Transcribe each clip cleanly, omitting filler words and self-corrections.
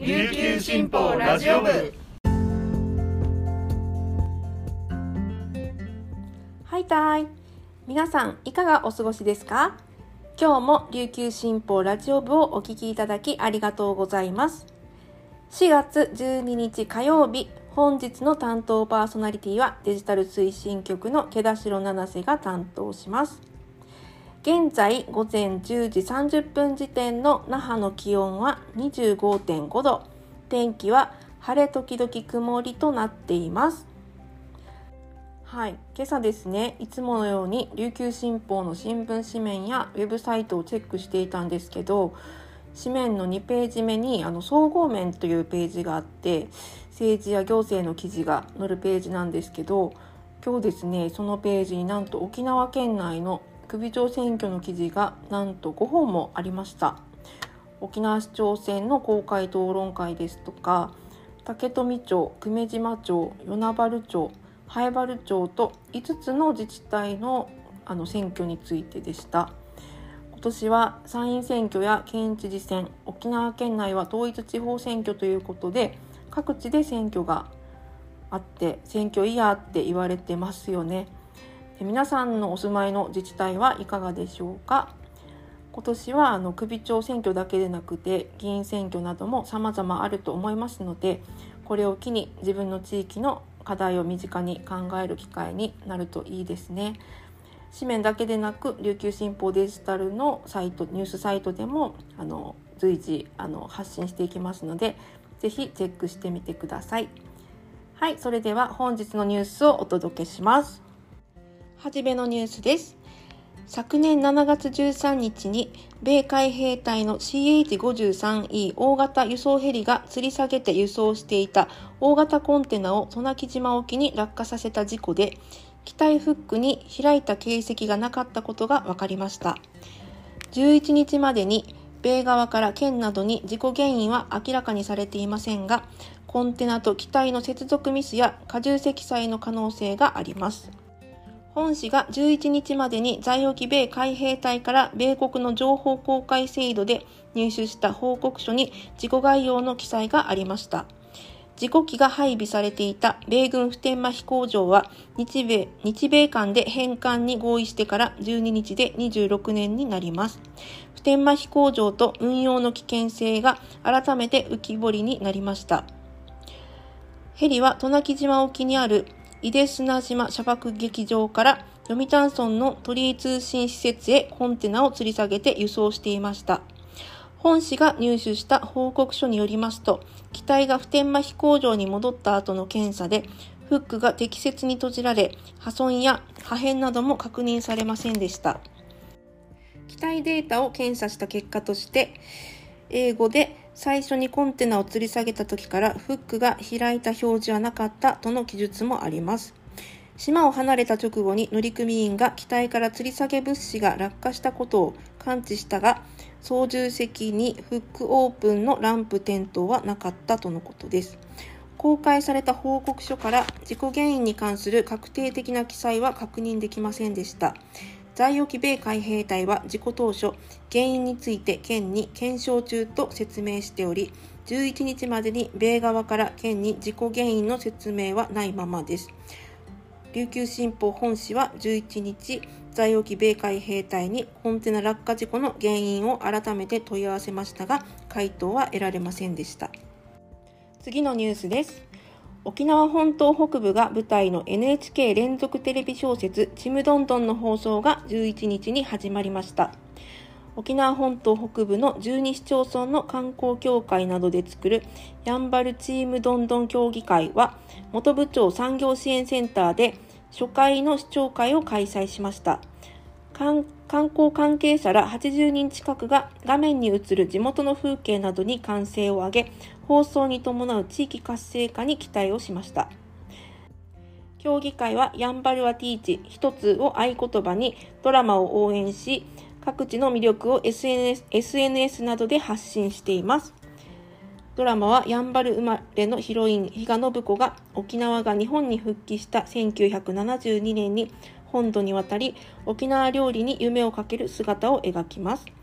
琉球新報ラジオ部。 はいたい、皆さんいかがお過ごしですか？今日も琉球新報ラジオ部をお聞きいただきありがとうございます。4月12日火曜日、本日の担当パーソナリティはデジタル推進局の毛田代七瀬が担当します。現在午前10時30分時点の那覇の気温は 25.5 度、天気は晴れ時々曇りとなっています。はい、今朝ですね、いつものように琉球新報の新聞紙面やウェブサイトをチェックしていたんですけど、紙面の2ページ目に総合面というページがあって、政治や行政の記事が載るページなんですけど、今日ですね、そのページになんと沖縄県内の首長選挙の記事がなんと5本もありました。沖縄市長選の公開討論会ですとか、竹富町、久米島町、与那原町、南風原町と5つの自治体の選挙についてでした。今年は参院選挙や県知事選、沖縄県内は統一地方選挙ということで、各地で選挙があって選挙イヤーって言われてますよね。皆さんのお住まいの自治体はいかがでしょうか？今年は首長選挙だけでなくて議員選挙なども様々あると思いますので、これを機に自分の地域の課題を身近に考える機会になるといいですね。紙面だけでなく琉球新報デジタルのサイト、ニュースサイトでも随時発信していきますので、ぜひチェックしてみてください。はい、それでは本日のニュースをお届けします。はじめのニュースです。昨年7月13日に米海兵隊の CH-53E 大型輸送ヘリが吊り下げて輸送していた大型コンテナを渡名喜島沖に落下させた事故で、機体フックに開いた形跡がなかったことが分かりました。11日までに米側から県などに事故原因は明らかにされていませんが、コンテナと機体の接続ミスや荷重積載の可能性があります。本市が11日までに在沖米海兵隊から米国の情報公開制度で入手した報告書に事故概要の記載がありました。事故機が配備されていた米軍普天間飛行場は日米間で返還に合意してから12日で26年になります。普天間飛行場と運用の危険性が改めて浮き彫りになりました。ヘリは渡名喜島沖にある出砂島射爆撃場から読谷村の鳥居通信施設へコンテナを吊り下げて輸送していました。本市が入手した報告書によりますと、機体が普天間飛行場に戻った後の検査で、フックが適切に閉じられ、破損や破片なども確認されませんでした。機体データを検査した結果として、英語で最初にコンテナを吊り下げた時からフックが開いた表示はなかったとの記述もあります。島を離れた直後に乗組員が機体から吊り下げ物資が落下したことを感知したが、操縦席にフックオープンのランプ点灯はなかったとのことです。公開された報告書から事故原因に関する確定的な記載は確認できませんでした。在沖米海兵隊は事故当初、原因について県に検証中と説明しており、11日までに米側から県に事故原因の説明はないままです。琉球新報本誌は11日、在沖米海兵隊にコンテナ落下事故の原因を改めて問い合わせましたが、回答は得られませんでした。次のニュースです。沖縄本島北部が舞台の NHK 連続テレビ小説ちむどんどんの放送が11日に始まりました。沖縄本島北部の12市町村の観光協会などで作るやんばるちむどんどん協議会は、本部町産業支援センターで初回の視聴会を開催しました。観光関係者ら80人近くが画面に映る地元の風景などに歓声を上げ、放送に伴う地域活性化に期待をしました。協議会はやんばるはティーチ一つを合言葉にドラマを応援し、各地の魅力を SNS などで発信しています。ドラマはやんばる生まれのヒロイン比嘉信子が沖縄が日本に復帰した1972年に本土に渡り沖縄料理に夢をかける姿を描きます。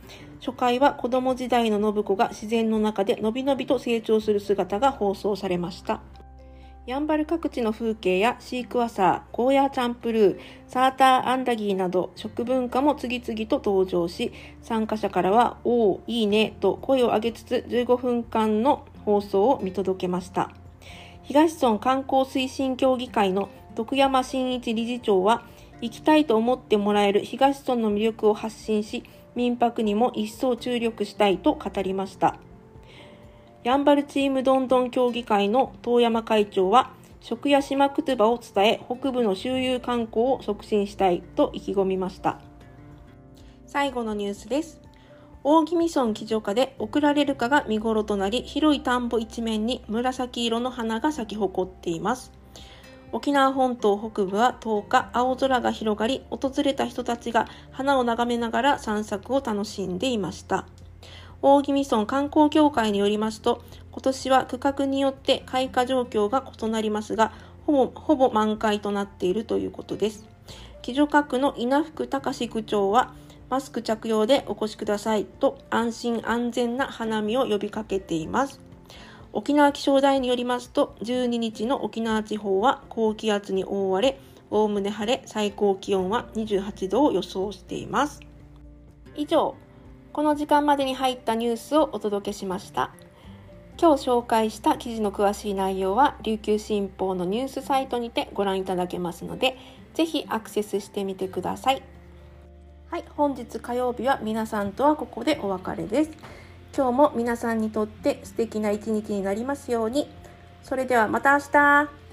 初回は子供時代の信子が自然の中でのびのびと成長する姿が放送されました。やんばる各地の風景やシークワーサー、ゴーヤーチャンプルー、サーターアンダギーなど食文化も次々と登場し、参加者からはおーいいねと声を上げつつ15分間の放送を見届けました。東村観光推進協議会の徳山真一理事長は、行きたいと思ってもらえる東村の魅力を発信し、民泊にも一層注力したいと語りました。やんばるチームどんどん協議会の遠山会長は、食や島くつばを伝え、北部の周遊観光を促進したいと意気込みました。最後のニュースです。大宜味村基女花でオクラレルカが見頃となり、広い田んぼ一面に紫色の花が咲き誇っています。沖縄本島北部は10日、青空が広がり、訪れた人たちが花を眺めながら散策を楽しんでいました。大宜味村観光協会によりますと、今年は区画によって開花状況が異なりますが、ほぼ満開となっているということです。基女花区の稲福隆区長は、マスク着用でお越しくださいと安心安全な花見を呼びかけています。沖縄気象台によりますと、12日の沖縄地方は高気圧に覆われ、おおむね晴れ、最高気温は28度を予想しています。以上、この時間までに入ったニュースをお届けしました。今日紹介した記事の詳しい内容は琉球新報のニュースサイトにてご覧いただけますので、ぜひアクセスしてみてください。はい、本日火曜日は皆さんとはここでお別れです。今日も皆さんにとって素敵な一日になりますように。それではまた明日。